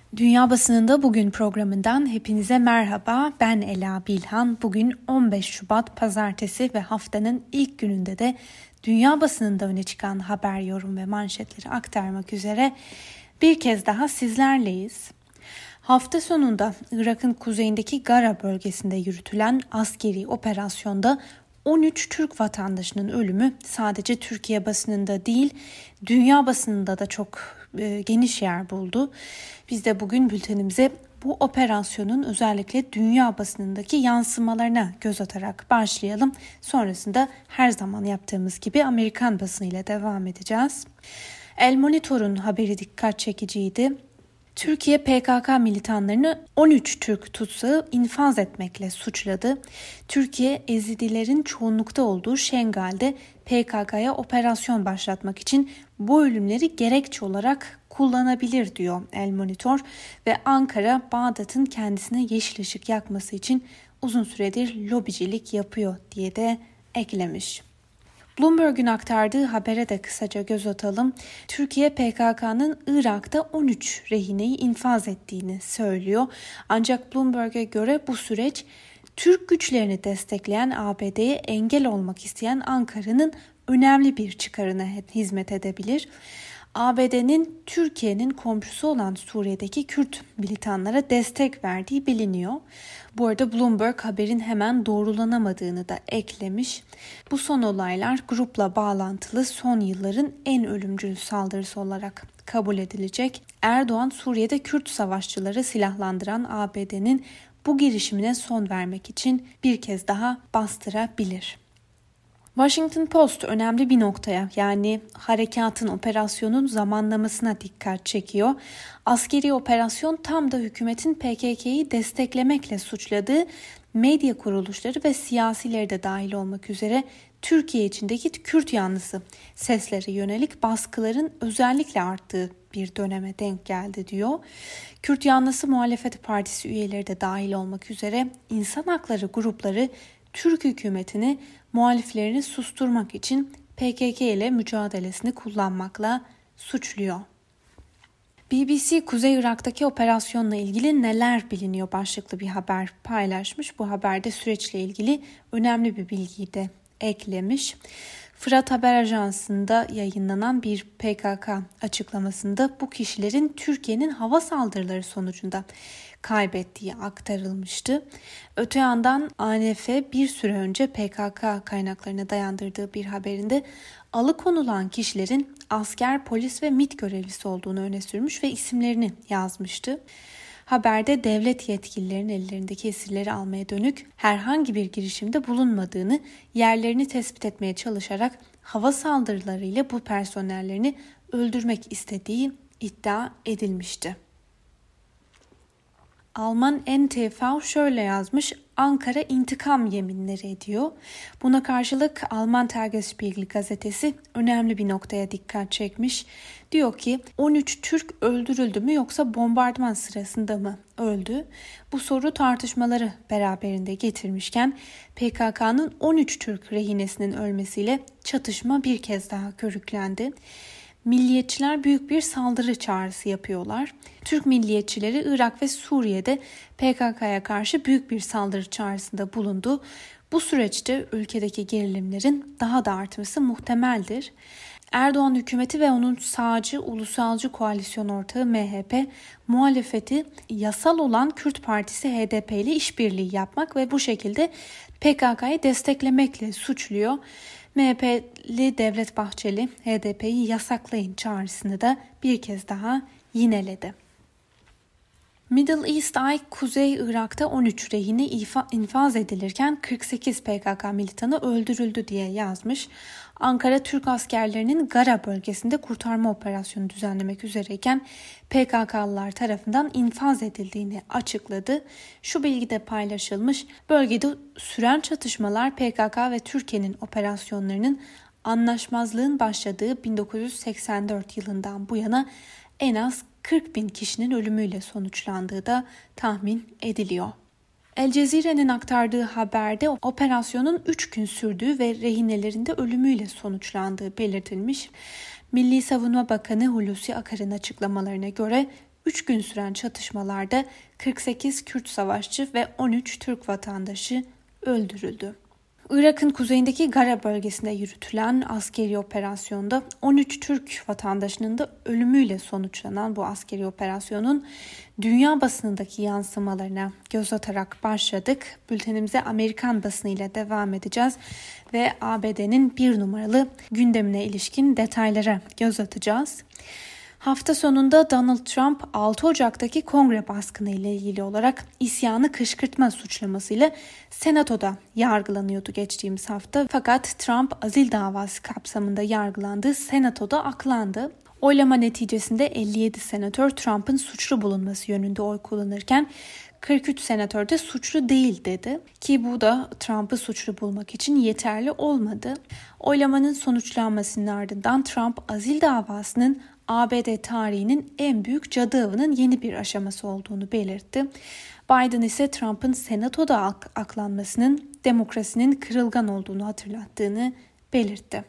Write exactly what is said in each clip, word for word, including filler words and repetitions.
Dünya Basınında Bugün programından hepinize merhaba. Ben Ela Bilhan. Bugün on beş Şubat Pazartesi ve haftanın ilk gününde de dünya basınında öne çıkan haber, yorum ve manşetleri aktarmak üzere bir kez daha sizlerleyiz. Hafta sonunda Irak'ın kuzeyindeki Gara bölgesinde yürütülen askeri operasyonda on üç Türk vatandaşının ölümü sadece Türkiye basınında değil, dünya basınında da çok e, geniş yer buldu. Biz de bugün bültenimize bu operasyonun özellikle dünya basınındaki yansımalarına göz atarak başlayalım. Sonrasında her zaman yaptığımız gibi Amerikan basınıyla devam edeceğiz. El Monitor'un haberi dikkat çekiciydi. Türkiye P K K militanlarını on üç Türk tutsağı infaz etmekle suçladı. Türkiye, Ezidilerin çoğunlukta olduğu Şengal'de P K K'ya operasyon başlatmak için bu ölümleri gerekçe olarak kullanabilir diyor El Monitor ve Ankara, Bağdat'ın kendisine yeşil ışık yakması için uzun süredir lobicilik yapıyor diye de eklemiş. Bloomberg'un aktardığı habere de kısaca göz atalım. Türkiye, P K K'nın Irak'ta on üç rehineyi infaz ettiğini söylüyor. Ancak Bloomberg'e göre bu süreç Türk güçlerini destekleyen A B D'ye engel olmak isteyen Ankara'nın önemli bir çıkarına hizmet edebilir. A B D'nin Türkiye'nin komşusu olan Suriye'deki Kürt militanlara destek verdiği biliniyor. Bu arada Bloomberg haberin hemen doğrulanamadığını da eklemiş. Bu son olaylar grupla bağlantılı son yılların en ölümcül saldırısı olarak kabul edilecek. Erdoğan, Suriye'de Kürt savaşçıları silahlandıran A B D'nin bu girişimine son vermek için bir kez daha bastırabilir. Washington Post önemli bir noktaya, yani harekatın, operasyonun zamanlamasına dikkat çekiyor. Askeri operasyon tam da hükümetin P K K'yı desteklemekle suçladığı medya kuruluşları ve siyasileri de dahil olmak üzere Türkiye içindeki Kürt yanlısı seslere yönelik baskıların özellikle arttığı bir döneme denk geldi diyor. Kürt yanlısı muhalefet partisi üyeleri de dahil olmak üzere insan hakları grupları Türk hükümetini muhaliflerini susturmak için P K K ile mücadelesini kullanmakla suçluyor. B B C, Kuzey Irak'taki operasyonla ilgili neler biliniyor başlıklı bir haber paylaşmış. Bu haberde süreçle ilgili önemli bir bilgiyi de eklemiş. Fırat Haber Ajansı'nda yayınlanan bir P K K açıklamasında bu kişilerin Türkiye'nin hava saldırıları sonucunda kaybettiği aktarılmıştı. Öte yandan A N F bir süre önce P K K kaynaklarına dayandırdığı bir haberinde alıkonulan kişilerin asker, polis ve MİT görevlisi olduğunu öne sürmüş ve isimlerini yazmıştı. Haberde devlet yetkililerinin ellerindeki esirleri almaya dönük herhangi bir girişimde bulunmadığını, yerlerini tespit etmeye çalışarak hava saldırılarıyla bu personellerini öldürmek istediği iddia edilmişti. Alman N T V şöyle yazmış: Ankara intikam yeminleri ediyor. Buna karşılık Alman Tagesspiegel gazetesi önemli bir noktaya dikkat çekmiş. Diyor ki on üç Türk öldürüldü mü yoksa bombardıman sırasında mı öldü? Bu soru tartışmaları beraberinde getirmişken P K K'nın on üç Türk rehinesinin ölmesiyle çatışma bir kez daha körüklendi. Milliyetçiler büyük bir saldırı çağrısı yapıyorlar. Türk milliyetçileri Irak ve Suriye'de P K K'ya karşı büyük bir saldırı çağrısında bulundu. Bu süreçte ülkedeki gerilimlerin daha da artması muhtemeldir. Erdoğan hükümeti ve onun sağcı ulusalcı koalisyon ortağı M H P muhalefeti yasal olan Kürt Partisi H D P ile işbirliği yapmak ve bu şekilde P K K'yı desteklemekle suçluyor. M H P'li Devlet Bahçeli H D P'yi yasaklayın çağrısını da bir kez daha yineledi. Middle East Eye, Kuzey Irak'ta on üç rehini infaz edilirken kırk sekiz P K K militanı öldürüldü diye yazmış. Ankara, Türk askerlerinin Gara bölgesinde kurtarma operasyonu düzenlemek üzereyken P K K'lılar tarafından infaz edildiğini açıkladı. Şu bilgi de paylaşılmış: bölgede süren çatışmalar P K K ve Türkiye'nin operasyonlarının anlaşmazlığın başladığı bin dokuz yüz seksen dört yılından bu yana en az kırk bin kişinin ölümüyle sonuçlandığı da tahmin ediliyor. El Cezire'nin aktardığı haberde operasyonun üç gün sürdüğü ve rehinelerin de ölümüyle sonuçlandığı belirtilmiş. Milli Savunma Bakanı Hulusi Akar'ın açıklamalarına göre üç gün süren çatışmalarda kırk sekiz Kürt savaşçı ve on üç Türk vatandaşı öldürüldü. Irak'ın kuzeyindeki Gara bölgesinde yürütülen askeri operasyonda on üç Türk vatandaşının da ölümüyle sonuçlanan bu askeri operasyonun dünya basınındaki yansımalarına göz atarak başladık. Bültenimize Amerikan basınıyla devam edeceğiz ve A B D'nin bir numaralı gündemine ilişkin detaylara göz atacağız. Hafta sonunda Donald Trump altı Ocak'taki kongre baskını ile ilgili olarak isyanı kışkırtma suçlamasıyla Senato'da yargılanıyordu geçtiğimiz hafta. Fakat Trump azil davası kapsamında yargılandı, Senato'da aklandı. Oylama neticesinde elli yedi senatör Trump'ın suçlu bulunması yönünde oy kullanırken kırk üç senatör de suçlu değil dedi ki bu da Trump'ı suçlu bulmak için yeterli olmadı. Oylamanın sonuçlanmasının ardından Trump azil davasının A B D tarihinin en büyük cadı avının yeni bir aşaması olduğunu belirtti. Biden ise Trump'ın Senato'da ak- aklanmasının demokrasinin kırılgan olduğunu hatırlattığını belirtti.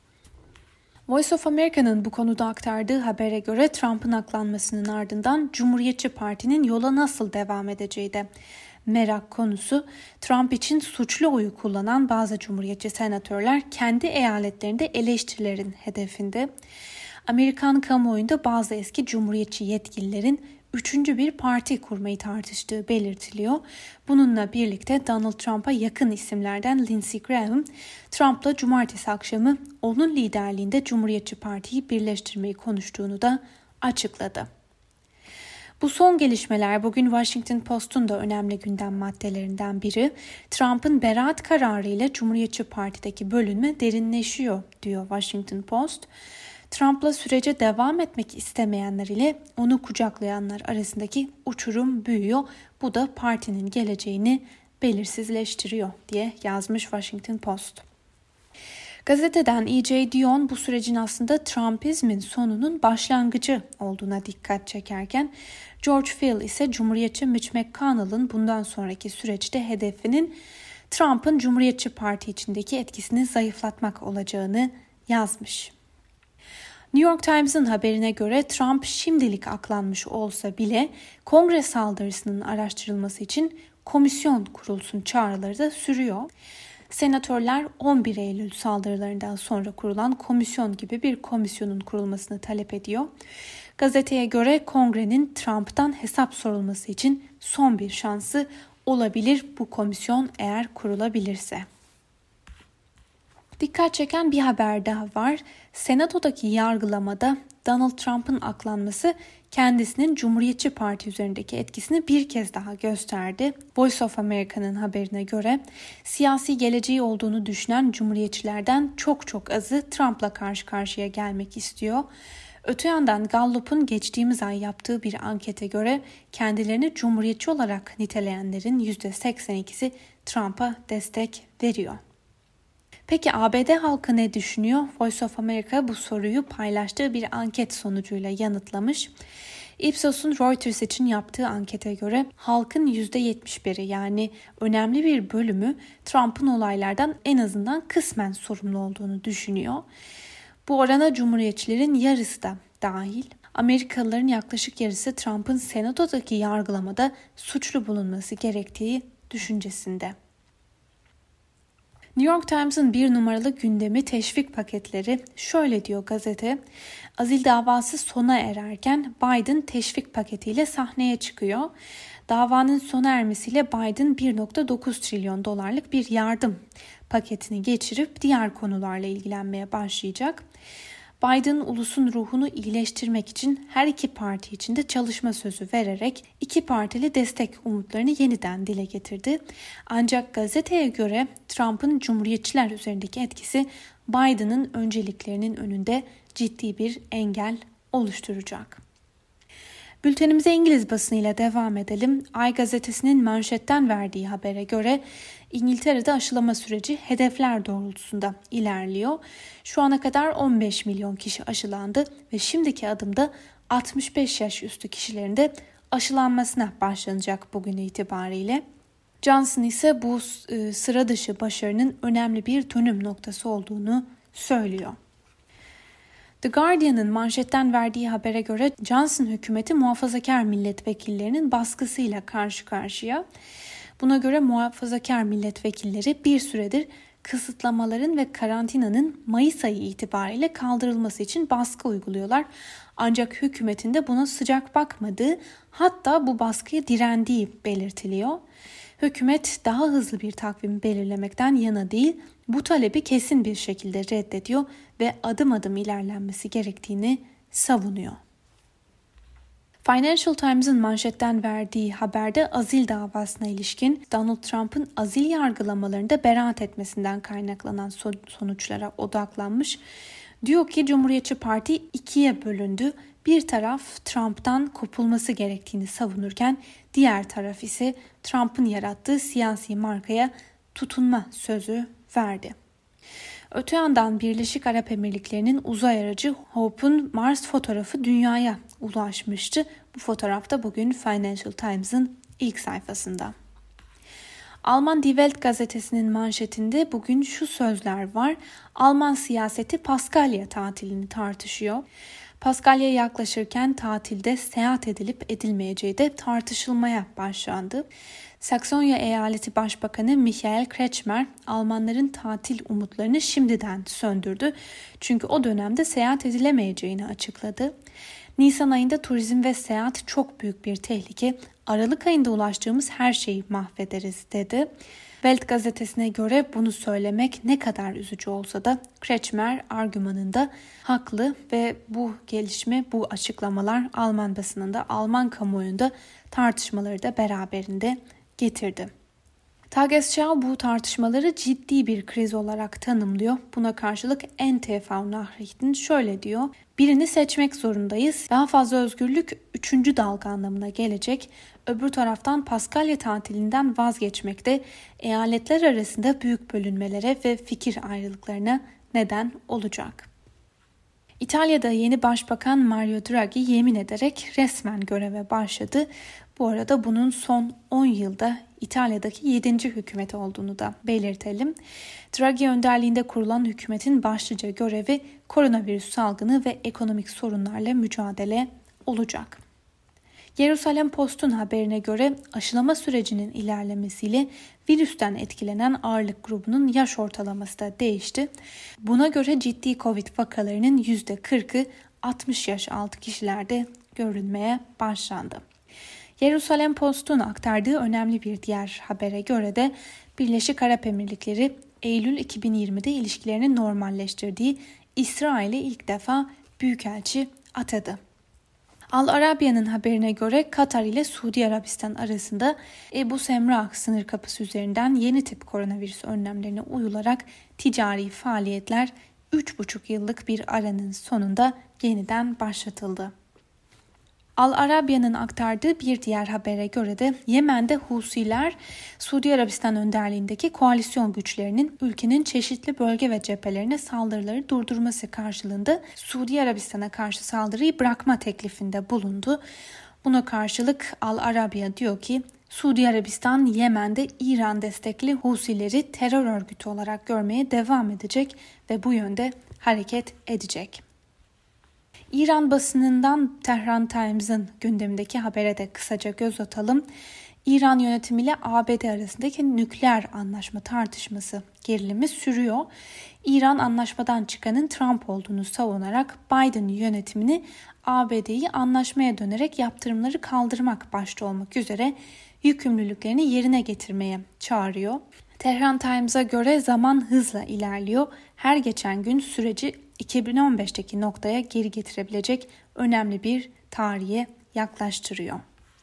Voice of America'nın bu konuda aktardığı habere göre Trump'ın aklanmasının ardından Cumhuriyetçi Parti'nin yola nasıl devam edeceği de merak konusu. Trump için suçlu oyu kullanan bazı Cumhuriyetçi senatörler kendi eyaletlerinde eleştirilerin hedefinde. Amerikan kamuoyunda bazı eski Cumhuriyetçi yetkililerin üçüncü bir parti kurmayı tartıştığı belirtiliyor. Bununla birlikte Donald Trump'a yakın isimlerden Lindsey Graham, Trump'la cumartesi akşamı onun liderliğinde Cumhuriyetçi Parti'yi birleştirmeyi konuştuğunu da açıkladı. Bu son gelişmeler bugün Washington Post'un da önemli gündem maddelerinden biri. Trump'ın beraat kararı ile Cumhuriyetçi Parti'deki bölünme derinleşiyor diyor Washington Post. Trump'la sürece devam etmek istemeyenler ile onu kucaklayanlar arasındaki uçurum büyüyor. Bu da partinin geleceğini belirsizleştiriyor diye yazmış Washington Post. Gazeteden E J Dion bu sürecin aslında Trumpizmin sonunun başlangıcı olduğuna dikkat çekerken George Phil ise Cumhuriyetçi Mitch McConnell'ın bundan sonraki süreçte hedefinin Trump'ın Cumhuriyetçi Parti içindeki etkisini zayıflatmak olacağını yazmış. New York Times'ın haberine göre Trump şimdilik aklanmış olsa bile kongre saldırısının araştırılması için komisyon kurulsun çağrıları da sürüyor. Senatörler on bir Eylül saldırılarından sonra kurulan komisyon gibi bir komisyonun kurulmasını talep ediyor. Gazeteye göre kongrenin Trump'tan hesap sorulması için son bir şansı olabilir bu komisyon eğer kurulabilirse. Dikkat çeken bir haber daha var. Senato'daki yargılamada Donald Trump'ın aklanması kendisinin Cumhuriyetçi Parti üzerindeki etkisini bir kez daha gösterdi. Voice of America'nın haberine göre siyasi geleceği olduğunu düşünen Cumhuriyetçilerden çok çok azı Trump'la karşı karşıya gelmek istiyor. Öte yandan Gallup'un geçtiğimiz ay yaptığı bir ankete göre kendilerini Cumhuriyetçi olarak niteleyenlerin yüzde seksen ikisi Trump'a destek veriyor. Peki A B D halkı ne düşünüyor? Voice of America bu soruyu paylaştığı bir anket sonucuyla yanıtlamış. Ipsos'un Reuters için yaptığı ankete göre halkın yüzde yetmiş biri yani önemli bir bölümü Trump'ın olaylardan en azından kısmen sorumlu olduğunu düşünüyor. Bu orana Cumhuriyetçilerin yarısı da dahil. Amerikalıların yaklaşık yarısı Trump'ın Senato'daki yargılamada suçlu bulunması gerektiği düşüncesinde. New York Times'ın bir numaralı gündemi teşvik paketleri. Şöyle diyor gazete, azil davası sona ererken Biden teşvik paketiyle sahneye çıkıyor. Davanın sona ermesiyle Biden bir virgül dokuz trilyon dolarlık bir yardım paketini geçirip diğer konularla ilgilenmeye başlayacak. Biden ulusun ruhunu iyileştirmek için her iki parti için de çalışma sözü vererek iki partili destek umutlarını yeniden dile getirdi. Ancak gazeteye göre Trump'ın Cumhuriyetçiler üzerindeki etkisi Biden'ın önceliklerinin önünde ciddi bir engel oluşturacak. Bültenimize İngiliz basınıyla devam edelim. Ay gazetesinin manşetten verdiği habere göre İngiltere'de aşılama süreci hedefler doğrultusunda ilerliyor. Şu ana kadar on beş milyon kişi aşılandı ve şimdiki adımda altmış beş yaş üstü kişilerin de aşılanmasına başlanacak bugün itibariyle. Johnson ise bu sıra dışı başarının önemli bir dönüm noktası olduğunu söylüyor. The Guardian'ın manşetten verdiği habere göre Johnson hükümeti muhafazakar milletvekillerinin baskısıyla karşı karşıya. Buna göre muhafazakar milletvekilleri bir süredir kısıtlamaların ve karantinanın Mayıs ayı itibariyle kaldırılması için baskı uyguluyorlar. Ancak hükümetin de buna sıcak bakmadığı, hatta bu baskıya direndiği belirtiliyor. Hükümet daha hızlı bir takvim belirlemekten yana değil, bu talebi kesin bir şekilde reddediyor ve adım adım ilerlenmesi gerektiğini savunuyor. Financial Times'ın manşetten verdiği haberde azil davasına ilişkin Donald Trump'ın azil yargılamalarında beraat etmesinden kaynaklanan sonuçlara odaklanmış. Diyor ki Cumhuriyetçi Parti ikiye bölündü. Bir taraf Trump'tan kopulması gerektiğini savunurken diğer taraf ise Trump'ın yarattığı siyasi markaya tutunma sözü verdi. Öte yandan Birleşik Arap Emirlikleri'nin uzay aracı Hope'un Mars fotoğrafı dünyaya ulaşmıştı. Bu fotoğraf da bugün Financial Times'ın ilk sayfasında. Alman Die Welt gazetesinin manşetinde bugün şu sözler var. Alman siyaseti Paskalya tatilini tartışıyor. Paskalya yaklaşırken tatilde seyahat edilip edilmeyeceği de tartışılmaya başlandı. Saksonya Eyaleti Başbakanı Michael Kretschmer, Almanların tatil umutlarını şimdiden söndürdü. Çünkü o dönemde seyahat edilemeyeceğini açıkladı. Nisan ayında turizm ve seyahat çok büyük bir tehlike. Aralık ayında ulaştığımız her şeyi mahvederiz dedi. Welt gazetesine göre bunu söylemek ne kadar üzücü olsa da Kretschmer argümanında haklı ve bu gelişme, bu açıklamalar Alman basınında, Alman kamuoyunda tartışmaları da beraberinde getirdi. Tagesschau bu tartışmaları ciddi bir kriz olarak tanımlıyor. Buna karşılık N T V Nachrichten şöyle diyor. Birini seçmek zorundayız. Daha fazla özgürlük üçüncü dalga anlamına gelecek. Öbür taraftan Paskalya tatilinden vazgeçmek de eyaletler arasında büyük bölünmelere ve fikir ayrılıklarına neden olacak. İtalya'da yeni başbakan Mario Draghi yemin ederek resmen göreve başladı. Bu arada bunun son on yılda İtalya'daki yedinci hükümet olduğunu da belirtelim. Draghi önderliğinde kurulan hükümetin başlıca görevi koronavirüs salgını ve ekonomik sorunlarla mücadele olacak. Jerusalem Post'un haberine göre aşılama sürecinin ilerlemesiyle virüsten etkilenen ağırlık grubunun yaş ortalaması da değişti. Buna göre ciddi Covid vakalarının yüzde kırkı altmış yaş altı kişilerde görülmeye başlandı. Jerusalem Post'un aktardığı önemli bir diğer habere göre de Birleşik Arap Emirlikleri Eylül iki bin yirmide ilişkilerini normalleştirdiği İsrail'e ilk defa büyükelçi atadı. Al Arabia'nın haberine göre Katar ile Suudi Arabistan arasında Ebu Semrah sınır kapısı üzerinden yeni tip koronavirüs önlemlerine uyularak ticari faaliyetler üç buçuk yıllık bir aranın sonunda yeniden başlatıldı. Al Arabia'nın aktardığı bir diğer habere göre de Yemen'de Husiler, Suudi Arabistan önderliğindeki koalisyon güçlerinin ülkenin çeşitli bölge ve cephelerine saldırıları durdurması karşılığında Suudi Arabistan'a karşı saldırıyı bırakma teklifinde bulundu. Buna karşılık Al Arabia diyor ki, Suudi Arabistan Yemen'de İran destekli Husileri terör örgütü olarak görmeye devam edecek ve bu yönde hareket edecek. İran basınından Tehran Times'ın gündemindeki habere de kısaca göz atalım. İran yönetimiyle A B D arasındaki nükleer anlaşma tartışması gerilimi sürüyor. İran anlaşmadan çıkanın Trump olduğunu savunarak Biden yönetimini A B D'yi anlaşmaya dönerek yaptırımları kaldırmak başta olmak üzere yükümlülüklerini yerine getirmeye çağırıyor. Tehran Times'a göre zaman hızla ilerliyor. Her geçen gün süreci iki bin on beşteki noktaya geri getirebilecek önemli bir tarihe yaklaştırıyor.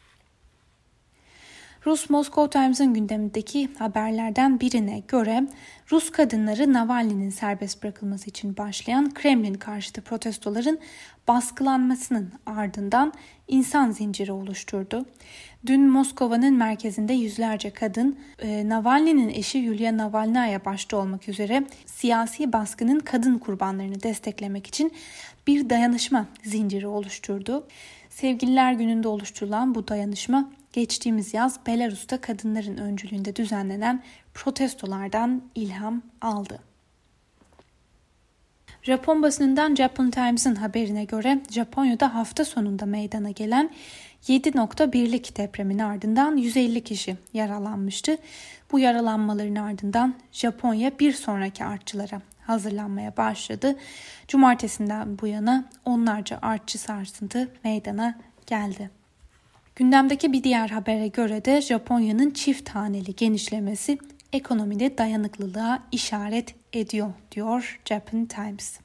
Rus Moscow Times'ın gündemindeki haberlerden birine göre Rus kadınları Navalny'nin serbest bırakılması için başlayan Kremlin karşıtı protestoların baskılanmasının ardından insan zinciri oluşturdu. Dün Moskova'nın merkezinde yüzlerce kadın e, Navalny'nin eşi Yulia Navalnaya başta olmak üzere siyasi baskının kadın kurbanlarını desteklemek için bir dayanışma zinciri oluşturdu. Sevgililer Günü'nde oluşturulan bu dayanışma geçtiğimiz yaz Belarus'ta kadınların öncülüğünde düzenlenen protestolardan ilham aldı. Japon basınından Japan Times'ın haberine göre Japonya'da hafta sonunda meydana gelen yedi nokta birlik depremin ardından yüz elli kişi yaralanmıştı. Bu yaralanmaların ardından Japonya bir sonraki artçılara hazırlanmaya başladı. Cumartesinden bu yana onlarca artçı sarsıntı meydana geldi. Gündemdeki bir diğer habere göre de Japonya'nın çift haneli genişlemesi ekonomide dayanıklılığa işaret ediyor, diyor Japan Times.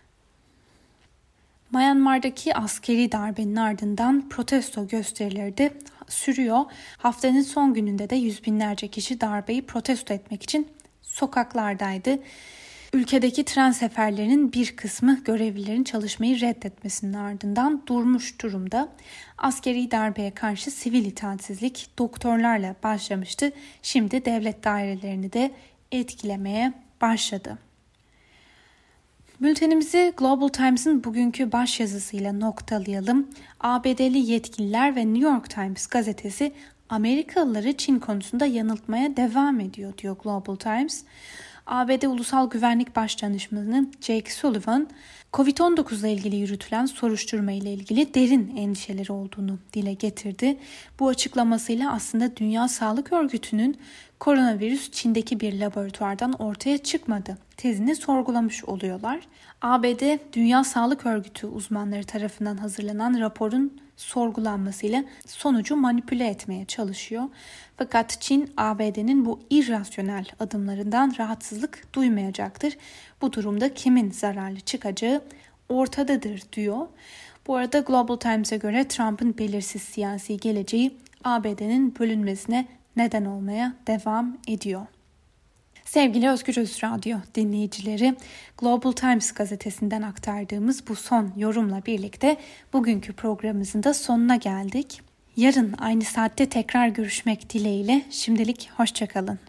Myanmar'daki askeri darbenin ardından protesto gösterileri de sürüyor. Haftanın son gününde de yüz binlerce kişi darbeyi protesto etmek için sokaklardaydı. Ülkedeki tren seferlerinin bir kısmı görevlilerin çalışmayı reddetmesinin ardından durmuş durumda. Askeri darbeye karşı sivil itaatsizlik doktorlarla başlamıştı. Şimdi devlet dairelerini de etkilemeye başladı. Bültenimizi Global Times'ın bugünkü başyazısıyla noktalayalım. A B D'li yetkililer ve New York Times gazetesi Amerikalıları Çin konusunda yanıltmaya devam ediyor, diyor Global Times. A B D Ulusal Güvenlik Başdanışmanı Jake Sullivan, kovid on dokuz ile ilgili yürütülen soruşturma ile ilgili derin endişeleri olduğunu dile getirdi. Bu açıklamasıyla aslında Dünya Sağlık Örgütü'nün koronavirüs Çin'deki bir laboratuvardan ortaya çıkmadı tezini sorgulamış oluyorlar. A B D Dünya Sağlık Örgütü uzmanları tarafından hazırlanan raporun sorgulanmasıyla sonucu manipüle etmeye çalışıyor. Fakat Çin, A B D'nin bu irrasyonel adımlarından rahatsızlık duymayacaktır. Bu durumda kimin zararlı çıkacağı ortadadır, diyor. Bu arada Global Times'e göre Trump'ın belirsiz siyasi geleceği A B D'nin bölünmesine neden olmaya devam ediyor. Sevgili Özgürüz Radyo dinleyicileri, Global Times gazetesinden aktardığımız bu son yorumla birlikte bugünkü programımızın da sonuna geldik. Yarın aynı saatte tekrar görüşmek dileğiyle şimdilik hoşça kalın.